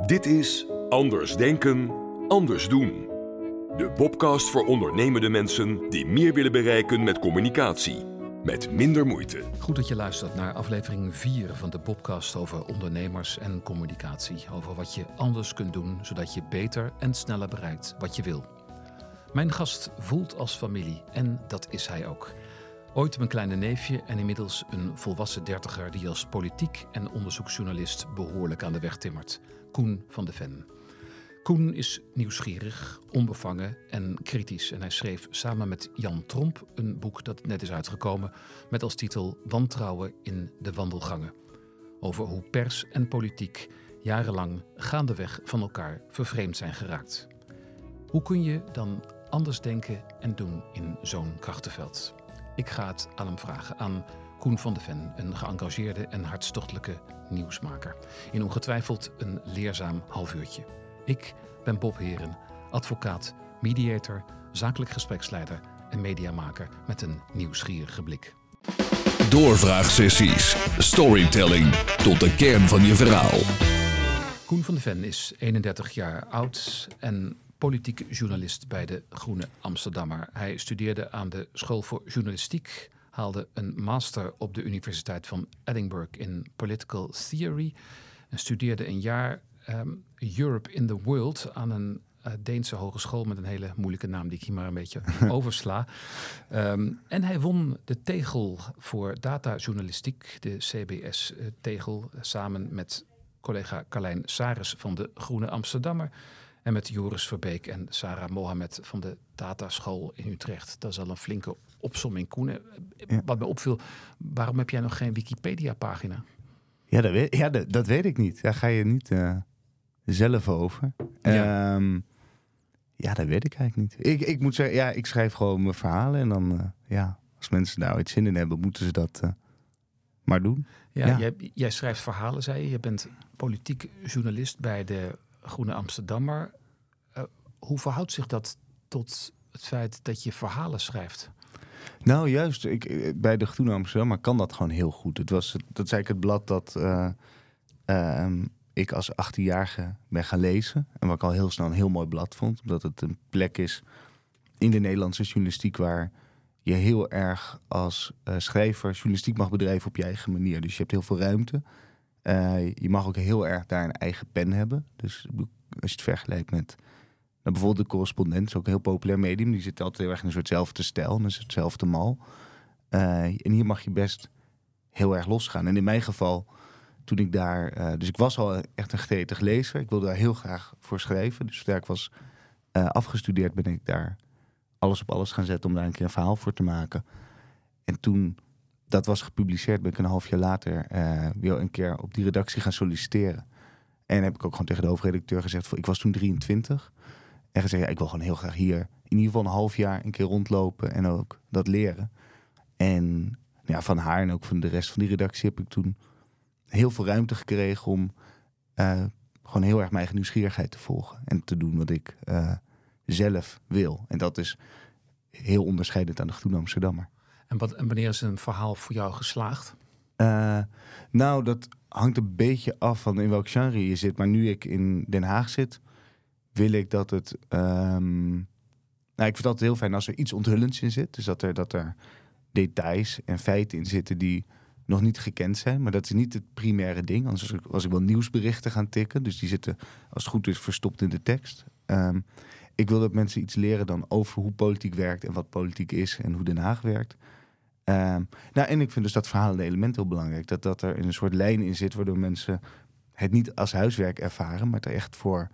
Dit is Anders Denken, Anders Doen. De podcast voor ondernemende mensen die meer willen bereiken met communicatie. Met minder moeite. Goed dat je luistert naar aflevering 4 van de podcast over ondernemers en communicatie. Over wat je anders kunt doen, zodat je beter en sneller bereikt wat je wil. Mijn gast voelt als familie en dat is hij ook. Ooit mijn kleine neefje en inmiddels een volwassen dertiger die als politiek en onderzoeksjournalist behoorlijk aan de weg timmert. Koen van de Ven. Koen is nieuwsgierig, onbevangen en kritisch. En hij schreef samen met Jan Tromp een boek dat net is uitgekomen met als titel Wantrouwen in de wandelgangen. Over hoe pers en politiek jarenlang gaandeweg van elkaar vervreemd zijn geraakt. Hoe kun je dan anders denken en doen in zo'n krachtenveld? Ik ga het aan hem vragen, aan Koen van de Ven, een geëngageerde en hartstochtelijke nieuwsmaker. In ongetwijfeld een leerzaam halfuurtje. Ik ben Bob Heren, advocaat, mediator, zakelijk gespreksleider en mediamaker met een nieuwsgierige blik. Doorvraagsessies, storytelling tot de kern van je verhaal. Koen van de Ven is 31 jaar oud en politiek journalist bij de Groene Amsterdammer. Hij studeerde aan de School voor Journalistiek, haalde een master op de Universiteit van Edinburgh in Political Theory en studeerde een jaar Europe in the World aan een Deense hogeschool met een hele moeilijke naam die ik hier maar een beetje oversla. En hij won de Tegel voor datajournalistiek, de CBS-tegel, samen met collega Carlijn Saris van de Groene Amsterdammer en met Joris Verbeek en Sarah Mohamed van de Dataschool in Utrecht. Dat is al een flinke opsomming, Koen. Ja. Wat me opviel, waarom heb jij nog geen Wikipedia-pagina? Ja, dat weet ik niet. Daar ga je niet zelf over. Ja, dat weet ik eigenlijk niet. Ik moet zeggen, ja, ik schrijf gewoon mijn verhalen. En dan, als mensen daar iets zin in hebben, moeten ze dat maar doen. Ja. Jij schrijft verhalen, zei je. Je bent politiek journalist bij de Groene Amsterdammer. Hoe verhoudt zich dat tot het feit dat je verhalen schrijft? Nou, juist. Bij de Groene Amsterdammer kan dat gewoon heel goed. Dat is eigenlijk het blad dat ik als 18-jarige ben gaan lezen. En wat ik al heel snel een heel mooi blad vond. Omdat het een plek is in de Nederlandse journalistiek waar je heel erg als schrijver journalistiek mag bedrijven op je eigen manier. Dus je hebt heel veel ruimte. Je mag ook heel erg daar een eigen pen hebben. Dus als je het vergelijkt met bijvoorbeeld de Correspondent, is ook een heel populair medium. Die zit altijd heel erg in een soortzelfde stijl, in hetzelfde mal. En hier mag je best heel erg losgaan. En in mijn geval, toen ik daar... dus ik was al echt een gretig lezer. Ik wilde daar heel graag voor schrijven. Dus toen ik was afgestudeerd, ben ik daar alles op alles gaan zetten om daar een keer een verhaal voor te maken. En toen dat was gepubliceerd, ben ik een half jaar later weer een keer op die redactie gaan solliciteren. En heb ik ook gewoon tegen de hoofdredacteur gezegd, ik was toen 23. En gezegd, ja, ik wil gewoon heel graag hier in ieder geval een half jaar een keer rondlopen en ook dat leren. En ja, van haar en ook van de rest van die redactie heb ik toen heel veel ruimte gekregen om gewoon heel erg mijn eigen nieuwsgierigheid te volgen. En te doen wat ik zelf wil. En dat is heel onderscheidend aan de Groene Amsterdammer. En wanneer is een verhaal voor jou geslaagd? Nou, dat hangt een beetje af van in welk genre je zit. Maar nu ik in Den Haag zit, wil ik dat het... ik vind het altijd heel fijn als er iets onthullends in zit. Dus dat er details en feiten in zitten die nog niet gekend zijn. Maar dat is niet het primaire ding. Anders was ik wel nieuwsberichten gaan tikken. Dus die zitten, als het goed is, verstopt in de tekst. Ik wil dat mensen iets leren dan over hoe politiek werkt en wat politiek is en hoe Den Haag werkt. En ik vind dus dat verhalende element heel belangrijk. Dat er in een soort lijn in zit waardoor mensen het niet als huiswerk ervaren, maar er echt voor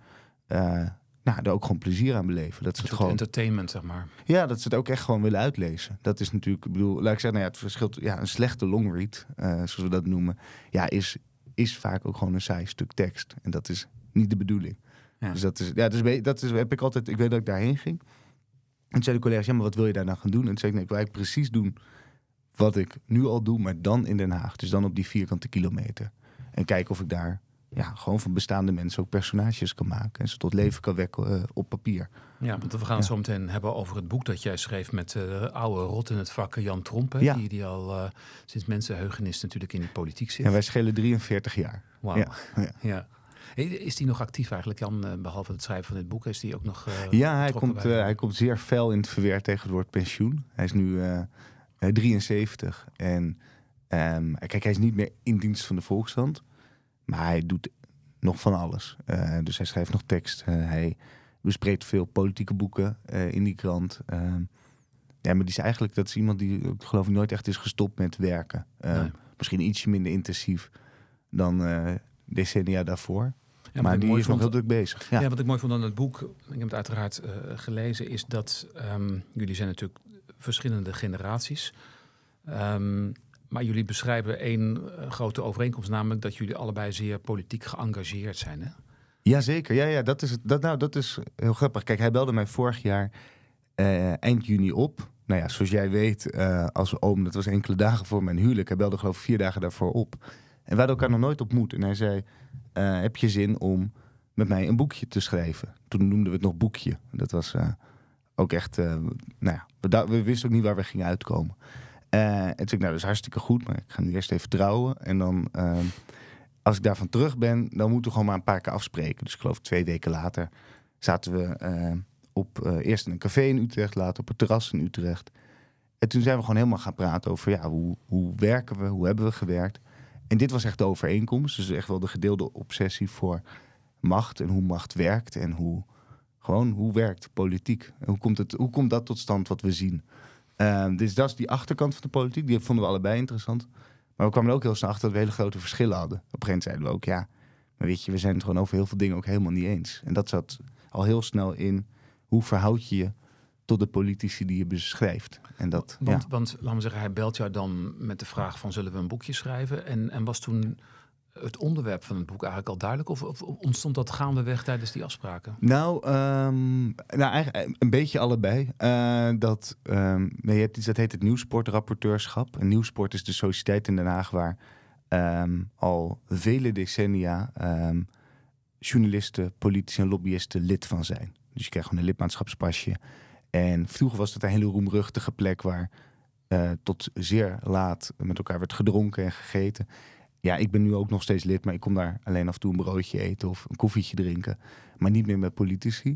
er ook gewoon plezier aan beleven. Dat is het gewoon entertainment, zeg maar. Ja, dat ze het ook echt gewoon willen uitlezen. Dat is natuurlijk, ik bedoel, laat ik zeggen, het verschilt. Ja, een slechte longread, zoals we dat noemen, is vaak ook gewoon een saai stuk tekst. En dat is niet de bedoeling. Ja. Dus dat is heb ik altijd. Ik weet dat ik daarheen ging. En toen zei de collega's, ja, maar wat wil je daar nou gaan doen? En toen zei ik, nee, ik wil eigenlijk precies doen wat ik nu al doe, maar dan in Den Haag. Dus dan op die vierkante kilometer. En kijken of ik daar gewoon van bestaande mensen ook personages kan maken. En ze tot leven kan wekken op papier. Ja, want we gaan het zo meteen hebben over het boek dat jij schreef met de oude rot in het vak Jan Tromp. Ja. Die al sinds mensenheugenis natuurlijk in de politiek zit. En wij schelen 43 jaar. Wauw. Ja. Is die nog actief eigenlijk, Jan? Behalve het schrijven van dit boek, is die ook nog... Hij komt zeer fel in het verweer tegen het woord pensioen. Hij is nu 73 en kijk, hij is niet meer in dienst van de Volkskrant, maar hij doet nog van alles. Dus hij schrijft nog tekst, hij bespreekt veel politieke boeken in die krant. Maar die is eigenlijk, dat is iemand die, ik geloof ik, nooit echt is gestopt met werken. Nee. Misschien ietsje minder intensief dan decennia daarvoor. Ja, maar die is nog heel druk bezig. Ja, wat ik mooi vond aan het boek, ik heb het uiteraard gelezen, is dat jullie zijn natuurlijk verschillende generaties. Maar jullie beschrijven één grote overeenkomst, namelijk dat jullie allebei zeer politiek geëngageerd zijn, hè? Jazeker, ja, dat is heel grappig. Kijk, hij belde mij vorig jaar eind juni op. Nou ja, zoals jij weet, als oom, dat was enkele dagen voor mijn huwelijk. Hij belde geloof ik 4 dagen daarvoor op. En we hadden elkaar nog nooit ontmoet. En hij zei, heb je zin om met mij een boekje te schrijven? Toen noemden we het nog boekje. Dat was ook echt, we wisten ook niet waar we gingen uitkomen. En toen zei ik, dat is hartstikke goed, maar ik ga nu eerst even trouwen. En dan, als ik daarvan terug ben, dan moeten we gewoon maar een paar keer afspreken. Dus ik geloof 2 weken later zaten we eerst in een café in Utrecht, later op het terras in Utrecht. En toen zijn we gewoon helemaal gaan praten over hoe werken we, hoe hebben we gewerkt. En dit was echt de overeenkomst. Dus echt wel de gedeelde obsessie voor macht en hoe macht werkt. En hoe werkt politiek. En hoe komt dat tot stand wat we zien. Dus dat is die achterkant van de politiek. Die vonden we allebei interessant. Maar we kwamen er ook heel snel achter dat we hele grote verschillen hadden. Op een gegeven moment zeiden we ook, maar weet je, we zijn het gewoon over heel veel dingen ook helemaal niet eens. En dat zat al heel snel in, hoe verhoud je je tot de politici die je beschrijft. En dat, want laten we zeggen, hij belt jou dan met de vraag van, zullen we een boekje schrijven? En was toen het onderwerp van het boek eigenlijk al duidelijk? Of ontstond dat gaandeweg tijdens die afspraken? Eigenlijk een beetje allebei. Je hebt iets dat heet het Nieuwsportrapporteurschap. En Nieuwsport is de sociëteit in Den Haag waar al vele decennia journalisten, politici en lobbyisten lid van zijn. Dus je krijgt gewoon een lidmaatschapspasje. En vroeger was het een hele roemruchtige plek waar tot zeer laat met elkaar werd gedronken en gegeten. Ja, ik ben nu ook nog steeds lid, maar ik kom daar alleen af en toe een broodje eten of een koffietje drinken. Maar niet meer met politici.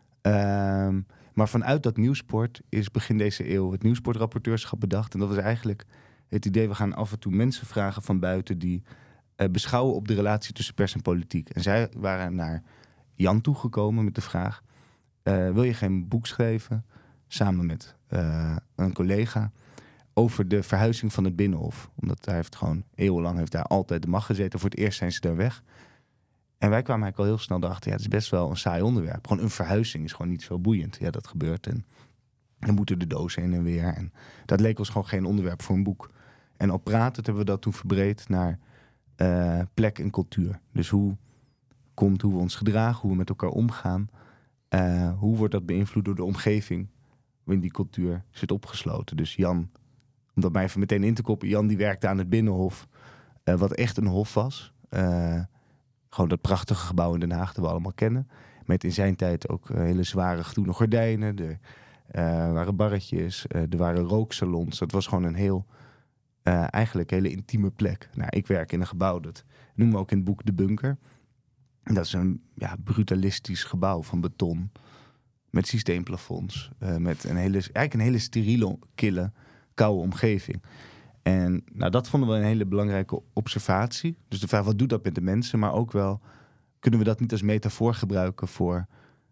Maar vanuit dat Nieuwsport is begin deze eeuw het Nieuwsportrapporteurschap bedacht. En dat was eigenlijk het idee, we gaan af en toe mensen vragen van buiten die beschouwen op de relatie tussen pers en politiek. En zij waren naar Jan toegekomen met de vraag, wil je geen boek schrijven samen met een collega over de verhuizing van het Binnenhof? Omdat hij heeft gewoon eeuwenlang altijd de macht gezeten. Voor het eerst zijn ze daar weg. En wij kwamen eigenlijk al heel snel erachter, het is best wel een saai onderwerp. Gewoon een verhuizing is gewoon niet zo boeiend. Ja, dat gebeurt en dan moeten de dozen heen en weer. En dat leek ons gewoon geen onderwerp voor een boek. En al pratend hebben we dat toen verbreed naar plek en cultuur. Dus hoe we ons gedragen, hoe we met elkaar omgaan. Hoe wordt dat beïnvloed door de omgeving waarin die cultuur zit opgesloten. Dus Jan, om dat maar even meteen in te koppen, Jan die werkte aan het Binnenhof, wat echt een hof was. Gewoon dat prachtige gebouw in Den Haag dat we allemaal kennen. Met in zijn tijd ook hele zware groene gordijnen. Er waren barretjes, er waren rooksalons. Dat was gewoon een eigenlijk hele intieme plek. Nou, ik werk in een gebouw, dat noemen we ook in het boek De Bunker. En dat is een brutalistisch gebouw van beton. Met systeemplafonds. Met een hele steriele, kille, koude omgeving. En dat vonden we een hele belangrijke observatie. Dus de vraag, wat doet dat met de mensen? Maar ook wel, kunnen we dat niet als metafoor gebruiken voor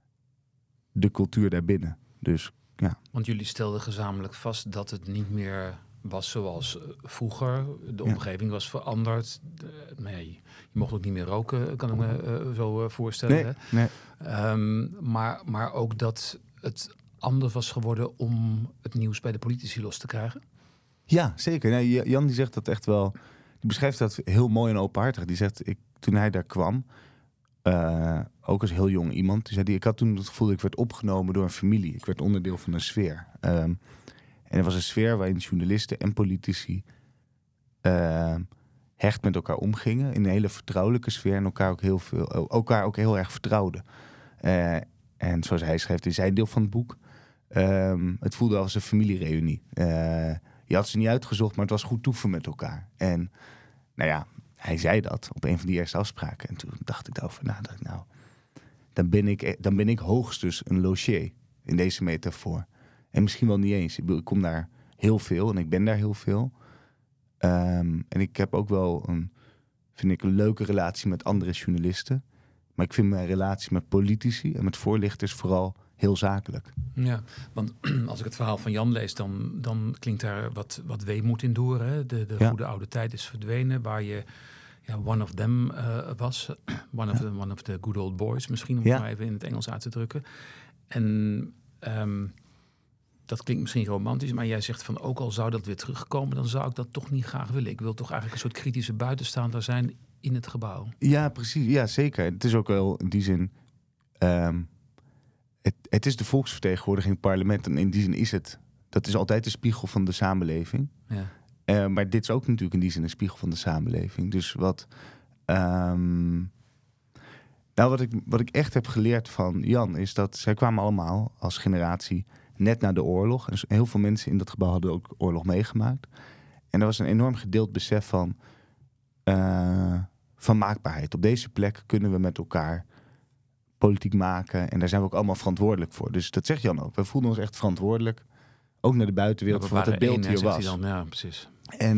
de cultuur daarbinnen? Dus ja. Want jullie stelden gezamenlijk vast dat het niet meer was zoals vroeger. De omgeving was veranderd. Je mocht ook niet meer roken, kan ik me zo voorstellen. Nee. Maar ook dat het anders was geworden om het nieuws bij de politici los te krijgen? Ja, zeker. Nee, Jan die zegt dat echt wel. Die beschrijft dat heel mooi en openhartig. Die zegt, toen hij daar kwam, ook als heel jong iemand, die zei, ik had toen het gevoel dat ik werd opgenomen door een familie. Ik werd onderdeel van een sfeer. En er was een sfeer waarin journalisten en politici hecht met elkaar omgingen. In een hele vertrouwelijke sfeer en elkaar ook heel erg vertrouwden. En zoals hij schrijft in zijn deel van het boek, het voelde als een familiereunie. Je had ze niet uitgezocht, maar het was goed toeven met elkaar. En hij hij zei dat op een van die eerste afspraken. En toen dacht ik daarover na. Dan ben ik hoogstens een logier in deze metafoor. En misschien wel niet eens. Ik kom daar heel veel en ik ben daar heel veel. En ik heb ook wel vind ik een leuke relatie met andere journalisten. Maar ik vind mijn relatie met politici en met voorlichters vooral heel zakelijk. Ja, want als ik het verhaal van Jan lees, dan klinkt daar wat weemoed in door. Hè? De goede oude tijd is verdwenen, waar je one of them was. One of the good old boys, misschien, om het maar even in het Engels uit te drukken. En dat klinkt misschien romantisch, maar jij zegt van ook al zou dat weer terugkomen, dan zou ik dat toch niet graag willen. Ik wil toch eigenlijk een soort kritische buitenstaander zijn in het gebouw. Ja, precies. Ja, zeker. Het is ook wel in die zin... Het is de volksvertegenwoordiging, het parlement. En in die zin is het... Dat is altijd de spiegel van de samenleving. Ja. Maar dit is ook natuurlijk in die zin een spiegel van de samenleving. Dus wat ik echt heb geleerd van Jan... is dat zij kwamen allemaal als generatie net na de oorlog. En heel veel mensen in dat gebouw hadden ook oorlog meegemaakt. En er was een enorm gedeeld besef van maakbaarheid. Op deze plek kunnen we met elkaar politiek maken. En daar zijn we ook allemaal verantwoordelijk voor. Dus dat zegt Jan ook. We voelden ons echt verantwoordelijk. Ook naar de buitenwereld voor wat het beeld hier was. Ja, precies. En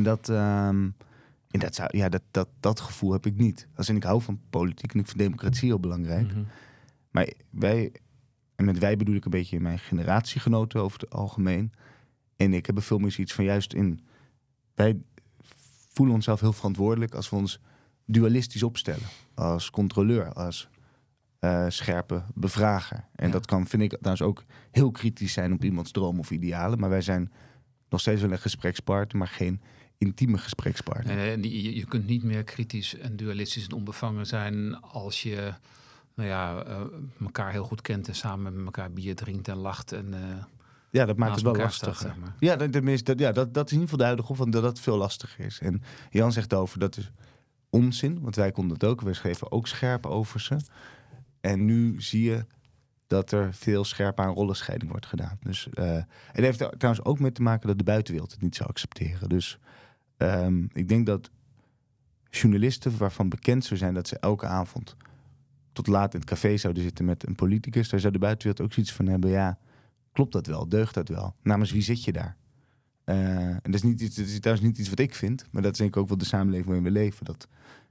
dat gevoel heb ik niet. Ik hou van politiek en ik vind democratie heel belangrijk. Mm-hmm. Maar en met wij bedoel ik een beetje mijn generatiegenoten over het algemeen. En ik heb er veel meer zoiets van wij voelen onszelf heel verantwoordelijk als we ons dualistisch opstellen. Als controleur, als scherpe bevrager. En dat vind ik trouwens ook heel kritisch zijn op iemands droom of idealen. Maar wij zijn nog steeds wel een gesprekspartner, maar geen intieme gesprekspartner. Je kunt niet meer kritisch en dualistisch en onbevangen zijn als je elkaar heel goed kent en samen met elkaar bier drinkt en lacht en dat maakt het wel lastig. Zeg maar. Ja, dat is in ieder geval duidelijk of dat het veel lastiger is. En Jan zegt over dat is onzin, want wij konden het ook. We schreven ook scherp over ze. En nu zie je dat er veel scherper aan rollenscheiding wordt gedaan. Dus, en dat heeft er trouwens ook mee te maken dat de buitenwereld het niet zou accepteren. Dus ik denk dat journalisten waarvan bekend zou zijn dat ze elke avond tot laat in het café zouden zitten met een politicus, daar zou de buitenwereld ook zoiets van hebben. Ja, klopt dat wel? Deugt dat wel? Namens wie zit je daar? En dat is trouwens niet iets wat ik vind, maar dat is denk ik ook wel de samenleving waarin we leven. Dat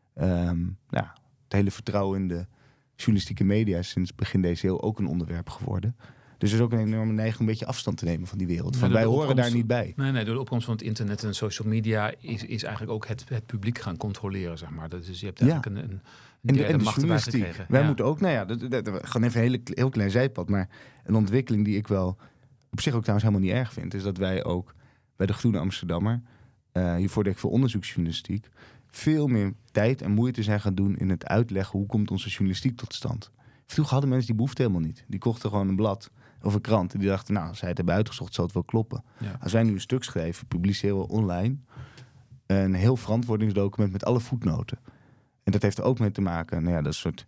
het hele vertrouwen in de journalistieke media is sinds begin deze eeuw ook een onderwerp geworden. Dus er is ook een enorme neiging een beetje afstand te nemen van die wereld. Wij horen daar niet bij. Nee, door de opkomst van het internet en social media is eigenlijk ook het publiek gaan controleren, zeg maar. Dus je hebt eigenlijk een derde macht erbij gekregen. Wij moeten ook, gewoon even een heel klein zijpad, maar een ontwikkeling die ik wel op zich ook trouwens helemaal niet erg vind, is dat wij ook bij de Groene Amsterdammer, hiervoor deed ik veel onderzoeksjournalistiek, veel meer tijd en moeite zijn gaan doen in het uitleggen hoe komt onze journalistiek tot stand. Vroeger hadden mensen die behoefte helemaal niet. Die kochten gewoon een blad of een krant en die dachten, als zij het hebben uitgezocht, zal het wel kloppen. Ja. Als wij nu een stuk schrijven, publiceren we online een heel verantwoordingsdocument met alle voetnoten. En dat heeft er ook mee te maken, dat is een soort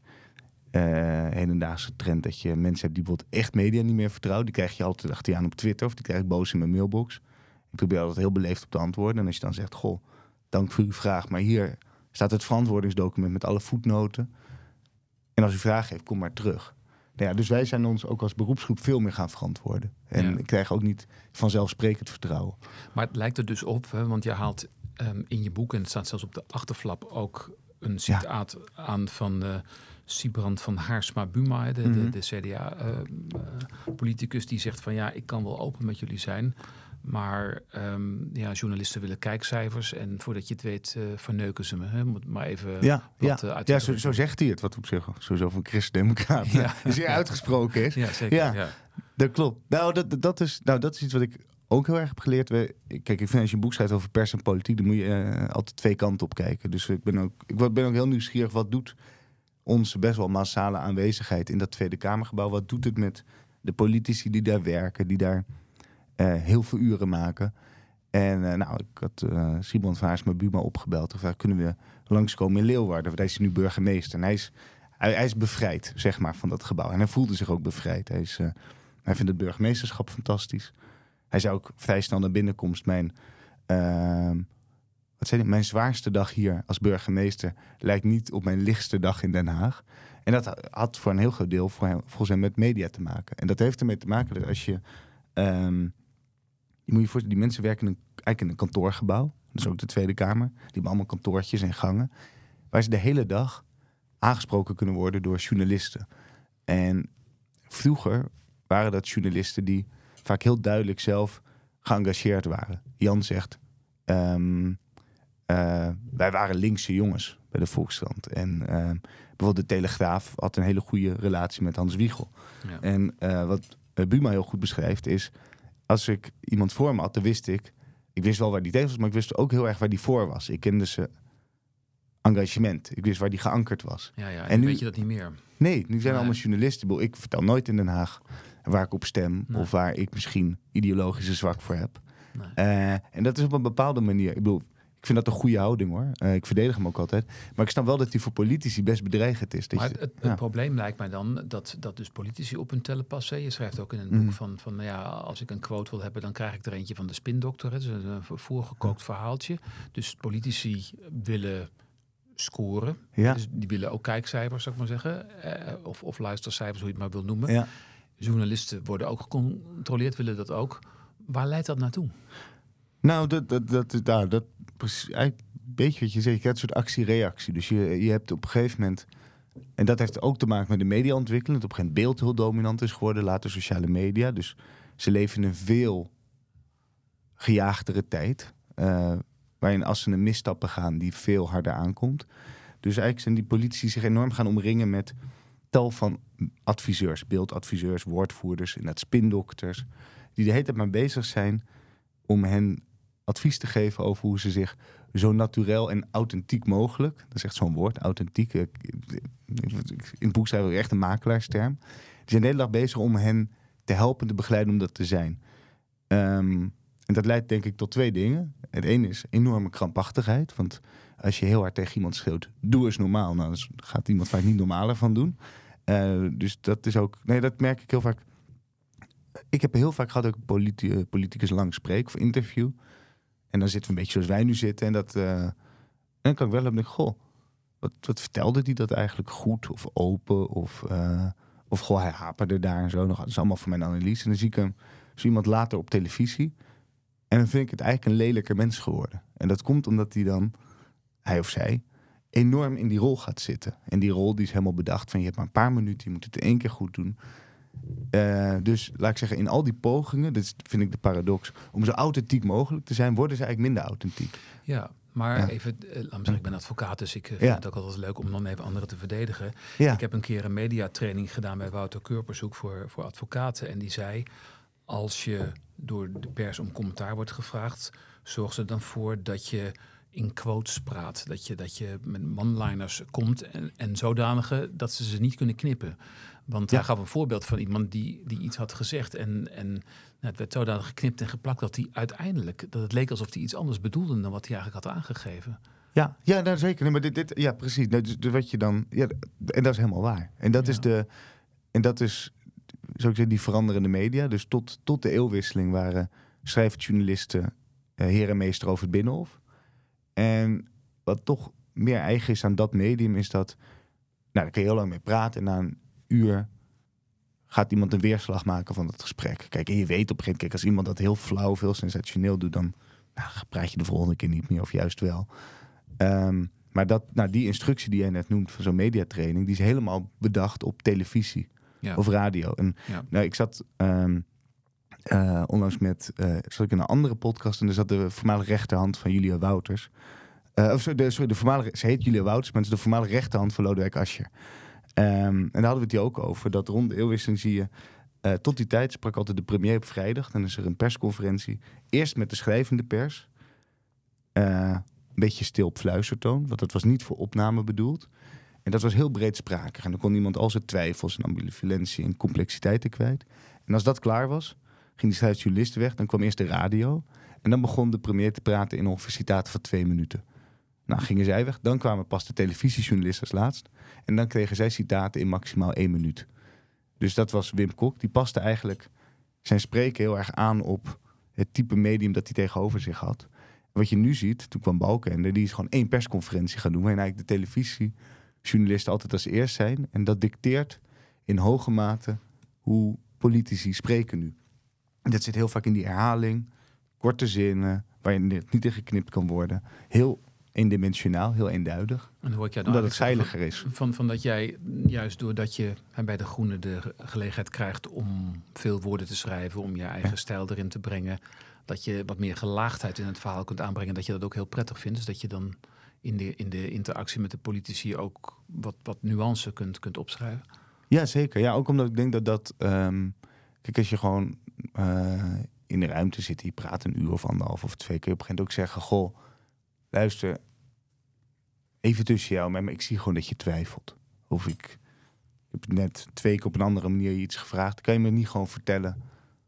hedendaagse trend dat je mensen hebt die bijvoorbeeld echt media niet meer vertrouwen. Die krijg je altijd achter je aan op Twitter of die krijg ik boos in mijn mailbox. Ik probeer altijd heel beleefd op te antwoorden. En als je dan zegt, dank voor uw vraag, maar hier staat het verantwoordingsdocument met alle voetnoten. En als u vragen heeft, kom maar terug. Dus wij zijn ons ook als beroepsgroep veel meer gaan verantwoorden. En ik krijg ook niet vanzelfsprekend vertrouwen. Maar het lijkt er dus op, want je haalt in je boek, en het staat zelfs op de achterflap ook een citaat aan van Sibrand van Haarsma-Buma, de CDA-politicus, die zegt van ik kan wel open met jullie zijn. Maar journalisten willen kijkcijfers en voordat je het weet verneuken ze me. Hè? Moet maar even zo zegt hij het, wat op zich sowieso van christendemocraat zeer uitgesproken is. Ja, zeker. Ja. Dat klopt. Dat is iets wat ik ook heel erg heb geleerd. Kijk, ik vind als je een boek schrijft over pers en politiek, dan moet je altijd twee kanten op kijken. Dus ik ben ook heel nieuwsgierig. Wat doet onze best wel massale aanwezigheid in dat Tweede Kamergebouw? Wat doet het met de politici die daar werken, die daar heel veel uren maken? En ik had Sibrand van Haarsma-Buma opgebeld. Gevraagd, kunnen we langskomen in Leeuwarden? Want hij is nu burgemeester. En hij is bevrijd, zeg maar, van dat gebouw. En hij voelde zich ook bevrijd. Hij vindt het burgemeesterschap fantastisch. Hij zei ook vrij snel na binnenkomst mijn wat zei hij? Mijn zwaarste dag hier als burgemeester lijkt niet op mijn lichtste dag in Den Haag. En dat had voor een heel groot deel volgens hem met media te maken. En dat heeft ermee te maken dat als je... je moet je voorstellen, die mensen werken eigenlijk in een kantoorgebouw. Dat is ook de Tweede Kamer. Die hebben allemaal kantoortjes en gangen. Waar ze de hele dag aangesproken kunnen worden door journalisten. En vroeger waren dat journalisten die vaak heel duidelijk zelf geëngageerd waren. Jan zegt, wij waren linkse jongens bij de Volkskrant. En bijvoorbeeld de Telegraaf had een hele goede relatie met Hans Wiegel. Ja. En wat Buma heel goed beschrijft is, als ik iemand voor me had, dan wist ik wist wel waar die tegen was, maar ik wist ook heel erg waar die voor was. Ik kende ze engagement. Ik wist waar die geankerd was. Ja, en nu weet je dat niet meer. Nee, nu zijn we allemaal journalisten. Ik vertel nooit in Den Haag waar ik op stem of waar ik misschien ideologische zwak voor heb. Nee. En dat is op een bepaalde manier. Ik vind dat een goede houding hoor. Ik verdedig hem ook altijd. Maar ik snap wel dat die voor politici best bedreigend is. Maar het probleem lijkt mij dan dat dus politici op hun tellen passen. Je schrijft ook in een boek van als ik een quote wil hebben, dan krijg ik er eentje van de spindokter. Het is een voorgekookt verhaaltje. Dus politici willen scoren. Ja. Dus die willen ook kijkcijfers, zou ik maar zeggen. Of luistercijfers, hoe je het maar wil noemen. Ja. Journalisten worden ook gecontroleerd, willen dat ook. Waar leidt dat naartoe? Nou, dat precies, eigenlijk een beetje wat je zegt. Je krijgt een soort actie-reactie. Dus je hebt op een gegeven moment... En dat heeft ook te maken met de mediaontwikkeling. Dat op een gegeven moment beeld heel dominant is geworden. Later sociale media. Dus ze leven in een veel gejaagdere tijd. Waarin als ze een misstappen gaan, die veel harder aankomt. Dus eigenlijk zijn die politici zich enorm gaan omringen met tal van adviseurs. Beeldadviseurs, woordvoerders, inderdaad spindokters. Die de hele tijd maar bezig zijn om hen advies te geven over hoe ze zich zo naturel en authentiek mogelijk... Dat is echt zo'n woord, authentiek. In het boek schrijven we echt een makelaarsterm. Die zijn de hele dag bezig om hen te helpen, te begeleiden om dat te zijn. En dat leidt denk ik tot twee dingen. Het ene is enorme krampachtigheid. Want als je heel hard tegen iemand schreeuwt, doe eens normaal. Nou, dan gaat iemand vaak niet normaler van doen. Dus dat is ook... Nee, dat merk ik heel vaak. Ik heb heel vaak gehad dat ik politicus lang spreek of interview. En dan zitten we een beetje zoals wij nu zitten. En dan kan ik wel hebben, goh, wat vertelde die dat eigenlijk goed of open? Of goh, hij haperde daar en zo. Dat is allemaal voor mijn analyse. En dan zie ik hem zo iemand later op televisie. En dan vind ik het eigenlijk een lelijker mens geworden. En dat komt omdat hij of zij, enorm in die rol gaat zitten. En die rol die is helemaal bedacht van je hebt maar een paar minuten, je moet het 1 keer goed doen. Dus laat ik zeggen, in al die pogingen, dit vind ik de paradox, om zo authentiek mogelijk te zijn, worden ze eigenlijk minder authentiek. Ja, maar even, laat me zeggen, ik ben advocaat, dus ik vind het ook altijd leuk om dan even anderen te verdedigen. Ja. Ik heb een keer een mediatraining gedaan bij Wouter Kurpershoek voor advocaten. En die zei, als je door de pers om commentaar wordt gevraagd, zorg er dan voor dat je in quotes praat. Dat je met one-liners komt en zodanige dat ze niet kunnen knippen. Want hij gaf een voorbeeld van iemand die iets had gezegd. En het werd zodanig geknipt en geplakt dat hij uiteindelijk, dat het leek alsof hij iets anders bedoelde dan wat hij eigenlijk had aangegeven. Ja, nou, zeker. Nee, maar dit ja, precies. Nou, dus wat je dan, ja, en dat is helemaal waar. En dat is zou ik zeggen, die veranderende media. Dus tot de eeuwwisseling waren schrijfjournalisten heer en meester over het Binnenhof. En wat toch meer eigen is aan dat medium is dat, nou, daar kun je heel lang mee praten en na een uur gaat iemand een weerslag maken van het gesprek. Kijk, en je weet op een gegeven moment, als iemand dat heel flauw, veel sensationeel doet, dan praat je de volgende keer niet meer of juist wel. Maar die instructie die jij net noemt van zo'n mediatraining, die is helemaal bedacht op televisie of radio. En ik zat onlangs zat ik in een andere podcast en er zat de voormalige rechterhand van Julia Wouters. Ze heet Julia Wouters, maar het is de voormalige rechterhand van Lodewijk Asscher. En daar hadden we het hier ook over, dat rond de eeuwwisseling zie je, tot die tijd sprak altijd de premier op vrijdag. Dan is er een persconferentie. Eerst met de schrijvende pers. Een beetje stil op fluistertoon, want dat was niet voor opname bedoeld. En dat was heel breedsprakig. En dan kon iemand al zijn twijfels en ambivalentie en complexiteiten kwijt. En als dat klaar was, ging die schrijfjournalist weg. Dan kwam eerst de radio. En dan begon de premier te praten in ongeveer citaten van 2 minuten. Nou, gingen zij weg. Dan kwamen pas de televisiejournalisten als laatst. En dan kregen zij citaten in maximaal 1 minuut. Dus dat was Wim Kok. Die paste eigenlijk zijn spreken heel erg aan op het type medium dat hij tegenover zich had. Wat je nu ziet, toen kwam Balkenende, die is gewoon 1 persconferentie gaan doen, waarin eigenlijk de televisiejournalisten altijd als eerst zijn. En dat dicteert in hoge mate hoe politici spreken nu. En dat zit heel vaak in die herhaling, korte zinnen, waarin het niet in geknipt kan worden. Heel eendimensionaal, heel eenduidig. En hoor ik jou omdat het veiliger is. Van dat jij, juist doordat je bij de Groenen de gelegenheid krijgt om veel woorden te schrijven, om je eigen stijl erin te brengen, dat je wat meer gelaagdheid in het verhaal kunt aanbrengen, dat je dat ook heel prettig vindt. Dus dat je dan in de interactie met de politici ook wat nuance kunt opschrijven. Ja, zeker. Ja, ook omdat ik denk dat kijk, als je gewoon in de ruimte zit, je praat 1 uur of 1,5 of 2 keer, op een gegeven moment ook zeggen, goh, luister, even tussen jou en mij, ik zie gewoon dat je twijfelt. Of ik heb net 2 keer op een andere manier iets gevraagd. Kan je me niet gewoon vertellen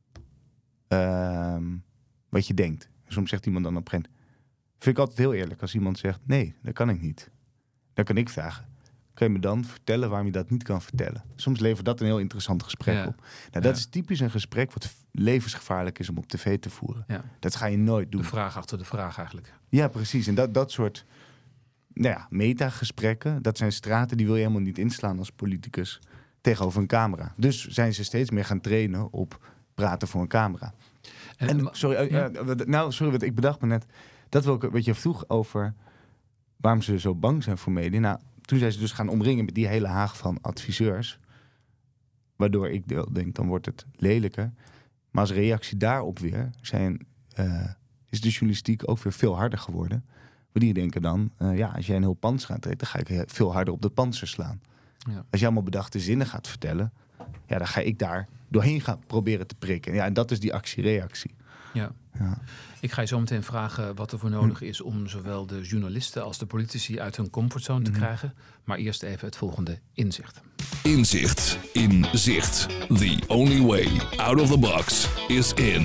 wat je denkt? Soms zegt iemand dan op een gegeven moment, vind ik altijd heel eerlijk als iemand zegt, nee, dat kan ik niet. Dan kan ik vragen, kan je me dan vertellen waarom je dat niet kan vertellen? Soms levert dat een heel interessant gesprek op. Nou, dat is typisch een gesprek wat levensgevaarlijk is om op tv te voeren. Ja. Dat ga je nooit doen. De vraag achter de vraag eigenlijk. Ja, precies. En dat soort metagesprekken, dat zijn straten die wil je helemaal niet inslaan als politicus tegenover een camera. Dus zijn ze steeds meer gaan trainen op praten voor een camera. Sorry, ik bedacht me net, dat wil ik wat je vroeg over waarom ze zo bang zijn voor media. Nou, toen zijn ze dus gaan omringen met die hele haag van adviseurs, waardoor ik denk, dan wordt het lelijker. Maar als reactie daarop weer is de journalistiek ook weer veel harder geworden. Want die denken dan, als jij een heel pans gaat treden, dan ga ik veel harder op de panzer slaan. Ja. Als je allemaal bedachte zinnen gaat vertellen, dan ga ik daar doorheen gaan proberen te prikken. Ja, en dat is die actie-reactie. Ja. Ik ga je zo meteen vragen wat er voor nodig is om zowel de journalisten als de politici uit hun comfortzone te krijgen. Maar eerst even het volgende inzicht. Inzicht in zicht. The only way out of the box is in.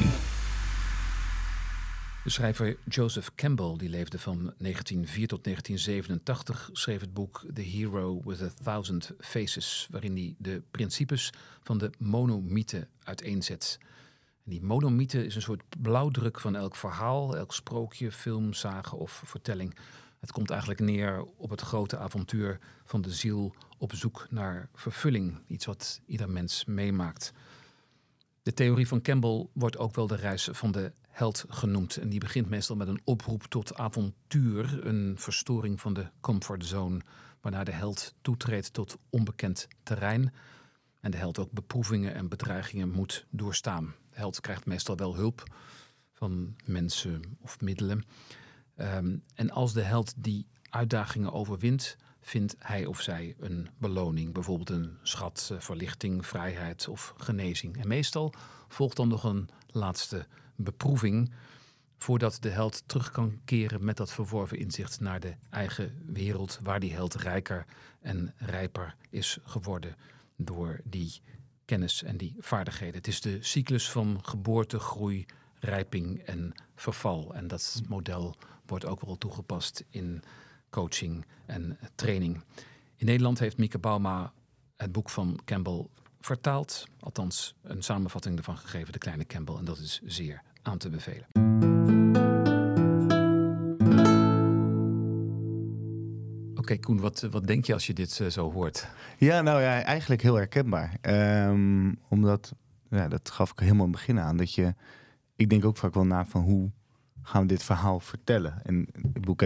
De schrijver Joseph Campbell, die leefde van 1904 tot 1987, schreef het boek The Hero with 1000 Faces, waarin hij de principes van de monomythe uiteenzet. En die monomythe is een soort blauwdruk van elk verhaal, elk sprookje, film, sage of vertelling. Het komt eigenlijk neer op het grote avontuur van de ziel op zoek naar vervulling. Iets wat ieder mens meemaakt. De theorie van Campbell wordt ook wel de reis van de held genoemd. En die begint meestal met een oproep tot avontuur, een verstoring van de comfortzone, waarna de held toetreedt tot onbekend terrein. En de held ook beproevingen en bedreigingen moet doorstaan. De held krijgt meestal wel hulp van mensen of middelen. En als de held die uitdagingen overwint, vindt hij of zij een beloning. Bijvoorbeeld een schat, verlichting, vrijheid of genezing. En meestal volgt dan nog een laatste beproeving voordat de held terug kan keren met dat verworven inzicht naar de eigen wereld, waar die held rijker en rijper is geworden door die kennis en die vaardigheden. Het is de cyclus van geboorte, groei, rijping en verval. En dat model wordt ook wel toegepast in coaching en training. In Nederland heeft Mieke Bouma het boek van Campbell vertaald. Althans, een samenvatting ervan gegeven, De Kleine Campbell. En dat is zeer aan te bevelen. Oké, Koen, wat denk je als je dit zo hoort? Ja, nou ja, eigenlijk heel herkenbaar. Omdat, dat gaf ik helemaal in het begin aan. Ik denk ook vaak wel na van hoe gaan we dit verhaal vertellen. En ik bedoel,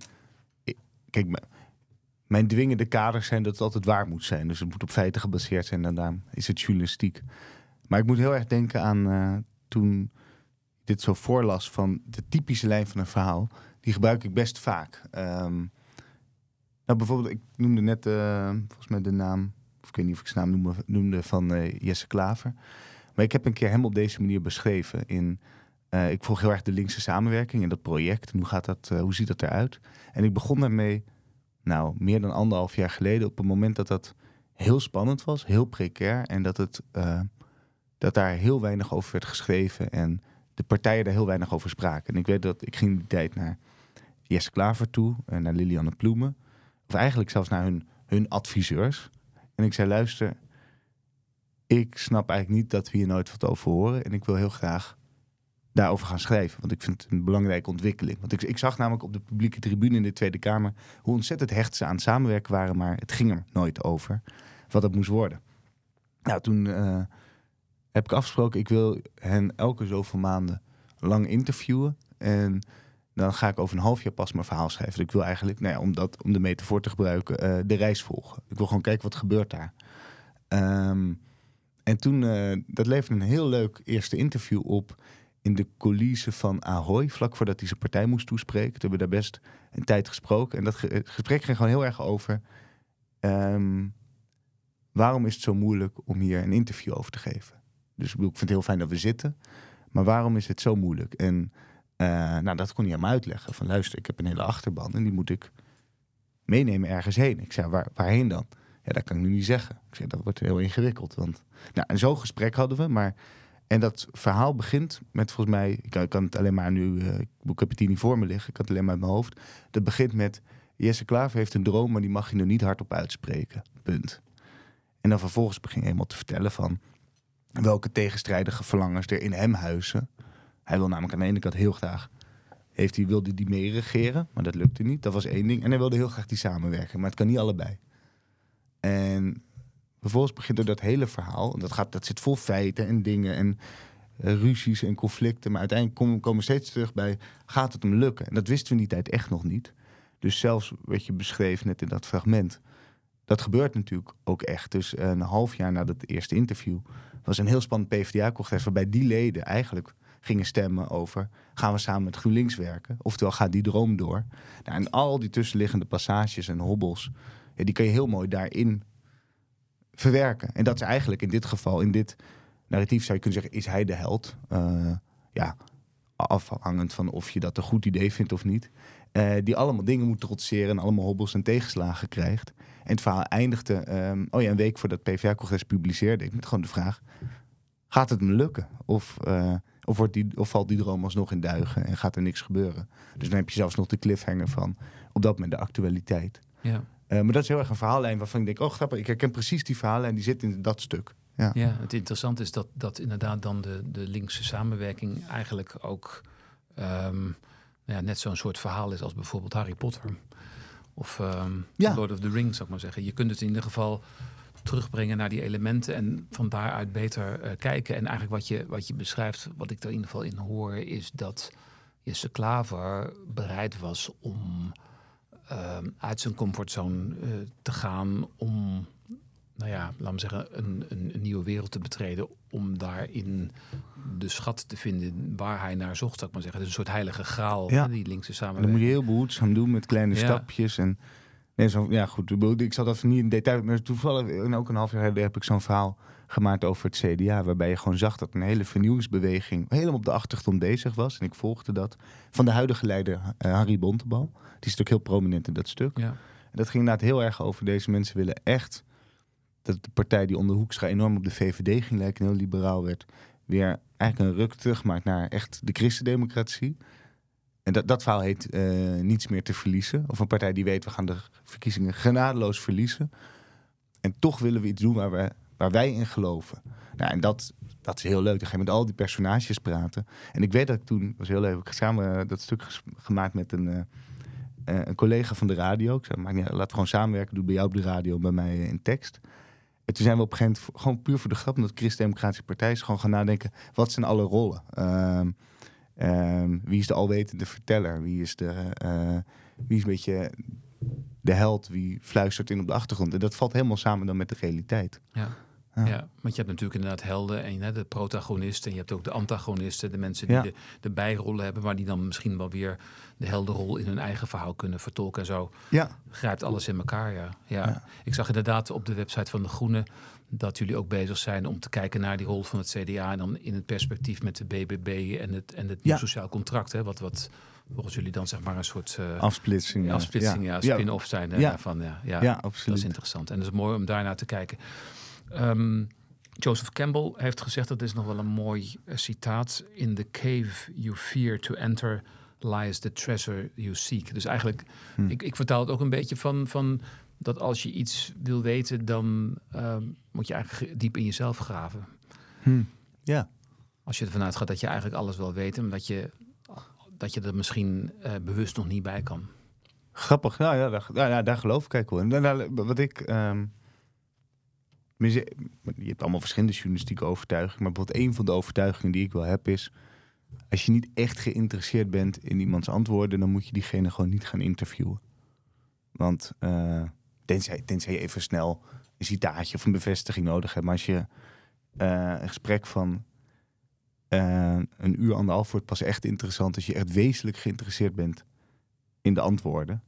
mijn dwingende kaders zijn dat het altijd waar moet zijn. Dus het moet op feiten gebaseerd zijn en daarom is het journalistiek. Maar ik moet heel erg denken aan toen dit zo voorlas van de typische lijn van een verhaal. Die gebruik ik best vaak. Bijvoorbeeld, ik noemde net volgens mij de naam, of ik weet niet of ik zijn naam noemde van Jesse Klaver. Maar ik heb een keer hem op deze manier beschreven. Ik volg heel erg de linkse samenwerking in dat project. En hoe ziet dat eruit? En ik begon daarmee, meer dan 1,5 jaar geleden, op een moment dat heel spannend was, heel precair. En dat daar heel weinig over werd geschreven en de partijen daar heel weinig over spraken. En ik weet dat ik ging die tijd naar Jesse Klaver toe en naar Lilianne Ploemen. Of eigenlijk zelfs naar hun adviseurs. En ik zei, luister, ik snap eigenlijk niet dat we hier nooit wat over horen. En ik wil heel graag daarover gaan schrijven. Want ik vind het een belangrijke ontwikkeling. Want ik zag namelijk op de publieke tribune in de Tweede Kamer hoe ontzettend hecht ze aan het samenwerken waren, maar het ging er nooit over wat het moest worden. Nou, toen heb ik afgesproken, ik wil hen elke zoveel maanden lang interviewen. En dan ga ik over een half jaar pas mijn verhaal schrijven. Dus ik wil eigenlijk, om de metafoor te gebruiken, de reis volgen. Ik wil gewoon kijken wat gebeurt daar. En toen, dat leverde een heel leuk eerste interview op in de coulissen van Ahoy, vlak voordat hij zijn partij moest toespreken. Toen hebben we daar best een tijd gesproken. En dat gesprek ging gewoon heel erg over waarom is het zo moeilijk om hier een interview over te geven. Dus ik vind het heel fijn dat we zitten. Maar waarom is het zo moeilijk? En dat kon hij aan me uitleggen. Van luister, ik heb een hele achterban en die moet ik meenemen ergens heen. Ik zei, waarheen dan? Ja, dat kan ik nu niet zeggen. Ik zei, dat wordt heel ingewikkeld. En zo'n gesprek hadden we. En dat verhaal begint met volgens mij, ik kan het alleen maar nu, ik heb het hier niet voor me liggen. Ik had het alleen maar uit mijn hoofd. Dat begint met, Jesse Klaver heeft een droom, maar die mag je er niet hardop uitspreken. Punt. En dan vervolgens begin je helemaal te vertellen van welke tegenstrijdige verlangens er in hem huizen. Hij wil namelijk aan de ene kant heel graag, wilde die mee regeren, maar dat lukte niet. Dat was één ding. En hij wilde heel graag die samenwerken, maar het kan niet allebei. En vervolgens begint er dat hele verhaal, en dat zit vol feiten en dingen en ruzies en conflicten. Maar uiteindelijk komen we steeds terug bij, gaat het hem lukken? En dat wisten we in die tijd echt nog niet. Dus zelfs wat je beschreef net in dat fragment, dat gebeurt natuurlijk ook echt. Dus een half jaar na dat eerste interview was een heel spannend PvdA-congres waarbij die leden eigenlijk gingen stemmen over, gaan we samen met GroenLinks werken? Oftewel, gaat die droom door? Nou, en al die tussenliggende passages en hobbels, die kan je heel mooi daarin verwerken. En dat is eigenlijk in dit geval, in dit narratief zou je kunnen zeggen, is hij de held? Afhangend van of je dat een goed idee vindt of niet. Die allemaal dingen moet trotseren en allemaal hobbels en tegenslagen krijgt. En het verhaal eindigde, een week voordat het PvdA-congres publiceerde ik met gewoon de vraag, gaat het me lukken? Of valt die droom alsnog in duigen en gaat er niks gebeuren? Dus dan heb je zelfs nog de cliffhanger van op dat moment de actualiteit. Ja. Maar dat is heel erg een verhaallijn waarvan ik denk, oh grappig, ik herken precies die verhaallijn, die zit in dat stuk. Ja, het interessante is dat inderdaad dan de linkse samenwerking eigenlijk ook net zo'n soort verhaal is als bijvoorbeeld Harry Potter. Of Lord of the Rings, zou ik maar zeggen. Je kunt het in ieder geval terugbrengen naar die elementen en van daaruit beter kijken. En eigenlijk wat je beschrijft, wat ik er in ieder geval in hoor, is dat Jesse Klaver bereid was om uit zijn comfortzone te gaan om, laten we zeggen, een nieuwe wereld te betreden, om daarin de schat te vinden waar hij naar zocht, zou ik maar zeggen. Het is een soort heilige graal, die linkse samenwerking. Dat moet je heel behoedzaam doen met kleine stapjes. En ik zal dat niet in detail, maar toevallig ook een half jaar geleden heb ik zo'n verhaal gemaakt over het CDA, waarbij je gewoon zag dat een hele vernieuwingsbeweging helemaal op de achtergrond bezig was. En ik volgde dat van de huidige leider Harry Bontebal. Die is natuurlijk heel prominent in dat stuk. Ja. En dat ging inderdaad heel erg over, deze mensen willen echt dat de partij die onder Hoekstra enorm op de VVD ging lijken en heel liberaal werd, weer eigenlijk een ruk terug maakt naar echt de christendemocratie. En dat verhaal heet niets meer te verliezen. Of een partij die weet, we gaan de verkiezingen genadeloos verliezen. En toch willen we iets doen waar wij in geloven. Nou, en dat is heel leuk. Dan ga je met al die personages praten. En ik weet dat ik toen, was heel leuk, ik heb samen dat stuk gemaakt met een collega van de radio. Ik zei, laten we gewoon samenwerken. Doe bij jou op de radio, bij mij in tekst. En toen zijn we op een gegeven moment, gewoon puur voor de grap, omdat de Christen-Democratische Partij is, gewoon gaan nadenken, wat zijn alle rollen? Wie is de alwetende verteller? Wie is een beetje de held? Wie fluistert in op de achtergrond? En dat valt helemaal samen dan met de realiteit. Ja, want je hebt natuurlijk inderdaad helden en de protagonisten. En je hebt ook de antagonisten, de mensen die de bijrollen hebben, maar die dan misschien wel weer de heldenrol in hun eigen verhaal kunnen vertolken. En zo grijpt alles in elkaar. Ja. Ik zag inderdaad op de website van De Groene dat jullie ook bezig zijn om te kijken naar die rol van het CDA en dan in het perspectief met de BBB en het nieuw sociaal contract. Hè, wat volgens jullie dan zeg maar een soort afsplitsing, spin-off zijn daarvan. Ja, absoluut. Dat is interessant. En het is mooi om daarnaar te kijken. Joseph Campbell heeft gezegd, dat is nog wel een mooi citaat: in the cave you fear to enter lies the treasure you seek. Dus eigenlijk, ik vertaal het ook een beetje van dat als je iets wil weten, dan moet je eigenlijk diep in jezelf graven. Ja. Als je ervan uitgaat dat je eigenlijk alles wel weet en dat je er misschien bewust nog niet bij kan. Grappig, daar geloof ik eigenlijk wel in. Wat ik... je hebt allemaal verschillende journalistieke overtuigingen, maar bijvoorbeeld een van de overtuigingen die ik wel heb is, als je niet echt geïnteresseerd bent in iemands antwoorden, dan moet je diegene gewoon niet gaan interviewen. Want tenzij je even snel een citaatje of een bevestiging nodig hebt, maar als je een gesprek van een uur, 1,5 wordt pas echt interessant als je echt wezenlijk geïnteresseerd bent in de antwoorden.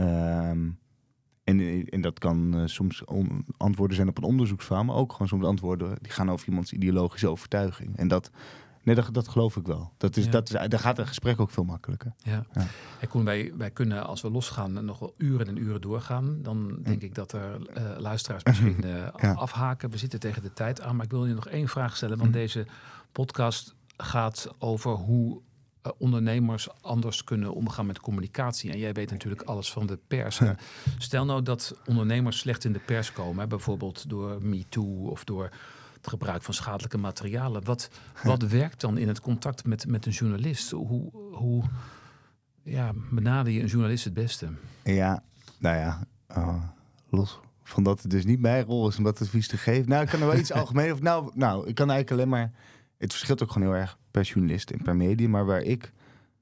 En dat kan soms antwoorden zijn op een onderzoeksverhaal, maar ook gewoon soms antwoorden die gaan over iemands ideologische overtuiging. En dat geloof ik wel. Daar gaat een gesprek ook veel makkelijker. Ja. Hey Koen, wij kunnen als we losgaan nog wel uren en uren doorgaan. Dan denk ik dat er luisteraars misschien afhaken. We zitten tegen de tijd aan, maar ik wil je nog 1 vraag stellen. Want deze podcast gaat over hoe ondernemers anders kunnen omgaan met communicatie. En jij weet natuurlijk alles van de pers. Ja. Stel nou dat ondernemers slecht in de pers komen, hè, bijvoorbeeld door MeToo of door het gebruik van schadelijke materialen. Wat werkt dan in het contact met een journalist? Hoe benader je een journalist het beste? Ja, los van dat het dus niet mijn rol is om dat advies te geven. Nou, ik kan er wel iets algemeen of nou, ik kan eigenlijk alleen maar. Het verschilt ook gewoon heel erg per journalist en per medium. Maar waar ik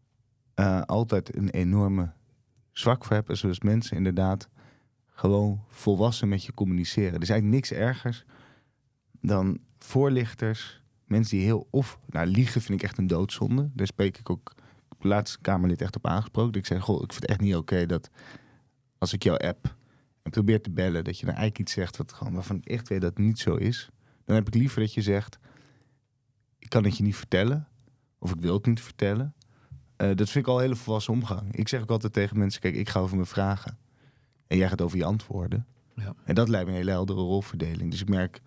altijd een enorme zwak voor heb, is dus mensen inderdaad gewoon volwassen met je communiceren. Er is eigenlijk niks ergers dan voorlichters, mensen die liegen vind ik echt een doodzonde. Daar spreek ik ook de laatste Kamerlid echt op aangesproken. Ik zeg, ik vind het echt niet oké dat als ik jou app en probeer te bellen, dat je dan eigenlijk iets zegt waarvan ik echt weet dat het niet zo is. Dan heb ik liever dat je zegt, ik kan het je niet vertellen. Of ik wil het niet vertellen. Dat vind ik al een hele volwassen omgang. Ik zeg ook altijd tegen mensen, kijk, ik ga over mijn vragen. En jij gaat over je antwoorden. Ja. En dat lijkt me een hele heldere rolverdeling. Dus ik merk,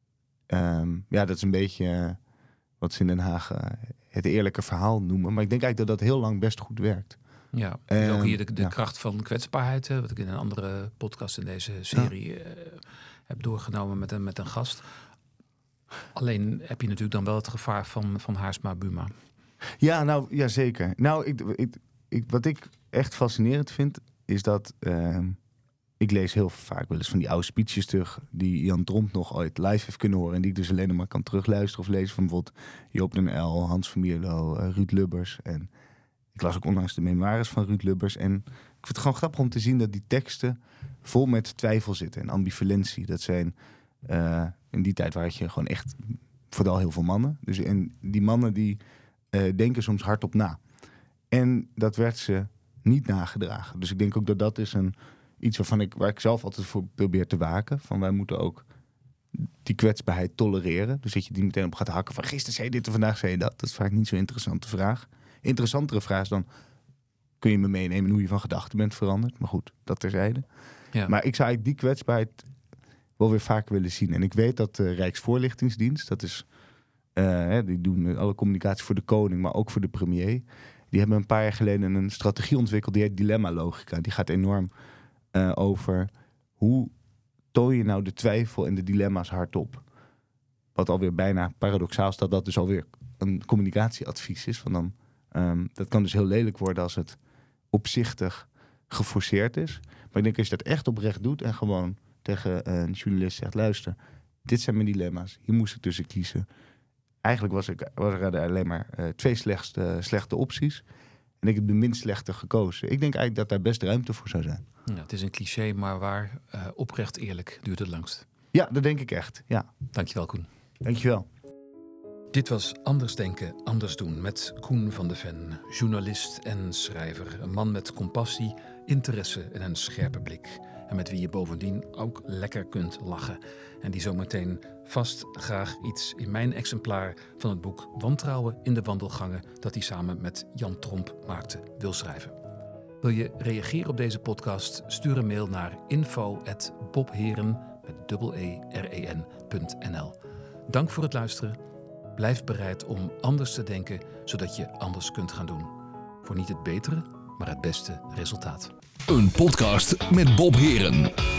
dat is een beetje wat ze in Den Haag het eerlijke verhaal noemen. Maar ik denk eigenlijk dat dat heel lang best goed werkt. Ja, dus ook hier de kracht van kwetsbaarheid. Wat ik in een andere podcast in deze serie heb doorgenomen met een gast. Alleen heb je natuurlijk dan wel het gevaar van Haarsma Buma. Ja, zeker. Wat ik echt fascinerend vind, is dat ik lees heel vaak wel eens van die oude speeches terug die Jan Tromp nog ooit live heeft kunnen horen en die ik dus alleen maar kan terugluisteren of lezen van bijvoorbeeld Joop den Uyl, Hans van Mierlo, Ruud Lubbers. En ik las ook onlangs de memoires van Ruud Lubbers. En ik vind het gewoon grappig om te zien dat die teksten vol met twijfel zitten en ambivalentie. Dat zijn in die tijd waren je gewoon echt vooral heel veel mannen. Dus en die mannen die denken soms hardop na. En dat werd ze niet nagedragen. Dus ik denk ook dat is iets waar ik zelf altijd voor probeer te waken. Van wij moeten ook die kwetsbaarheid tolereren. Dus dat je die meteen op gaat hakken van gisteren zei je dit en vandaag zei je dat. Dat is vaak niet zo'n interessante vraag. Interessantere vraag is dan, kun je me meenemen hoe je van gedachten bent veranderd? Maar goed, dat terzijde. Ja. Maar ik zou eigenlijk die kwetsbaarheid wel weer vaker willen zien. En ik weet dat de Rijksvoorlichtingsdienst, dat is, die doen alle communicatie voor de koning, maar ook voor de premier. Die hebben een paar jaar geleden een strategie ontwikkeld, die heet Dilemma Logica. Die gaat enorm over hoe toon je nou de twijfel en de dilemma's hardop. Wat alweer bijna paradoxaal is dat dus alweer een communicatieadvies is. Van dan, dat kan dus heel lelijk worden als het opzichtig geforceerd is. Maar ik denk als je dat echt oprecht doet en gewoon tegen een journalist zegt, luister, dit zijn mijn dilemma's. Hier moest ik tussen kiezen. Eigenlijk waren er alleen maar 2 slechte opties. En ik heb de minst slechte gekozen. Ik denk eigenlijk dat daar best ruimte voor zou zijn. Ja, het is een cliché, maar waar oprecht eerlijk duurt het langst. Ja, dat denk ik echt. Ja. Dankjewel, Koen. Dankjewel. Dit was Anders Denken, Anders Doen met Koen van de Ven. Journalist en schrijver. Een man met compassie, interesse en een scherpe blik. En met wie je bovendien ook lekker kunt lachen. En die zometeen vast graag iets in mijn exemplaar van het boek Wantrouwen in de wandelgangen, dat hij samen met Jan Tromp maakte, wil schrijven. Wil je reageren op deze podcast? Stuur een mail naar info@bopheren.nl. Dank voor het luisteren. Blijf bereid om anders te denken, zodat je anders kunt gaan doen. Voor niet het betere, maar het beste resultaat. Een podcast met Bob Heren.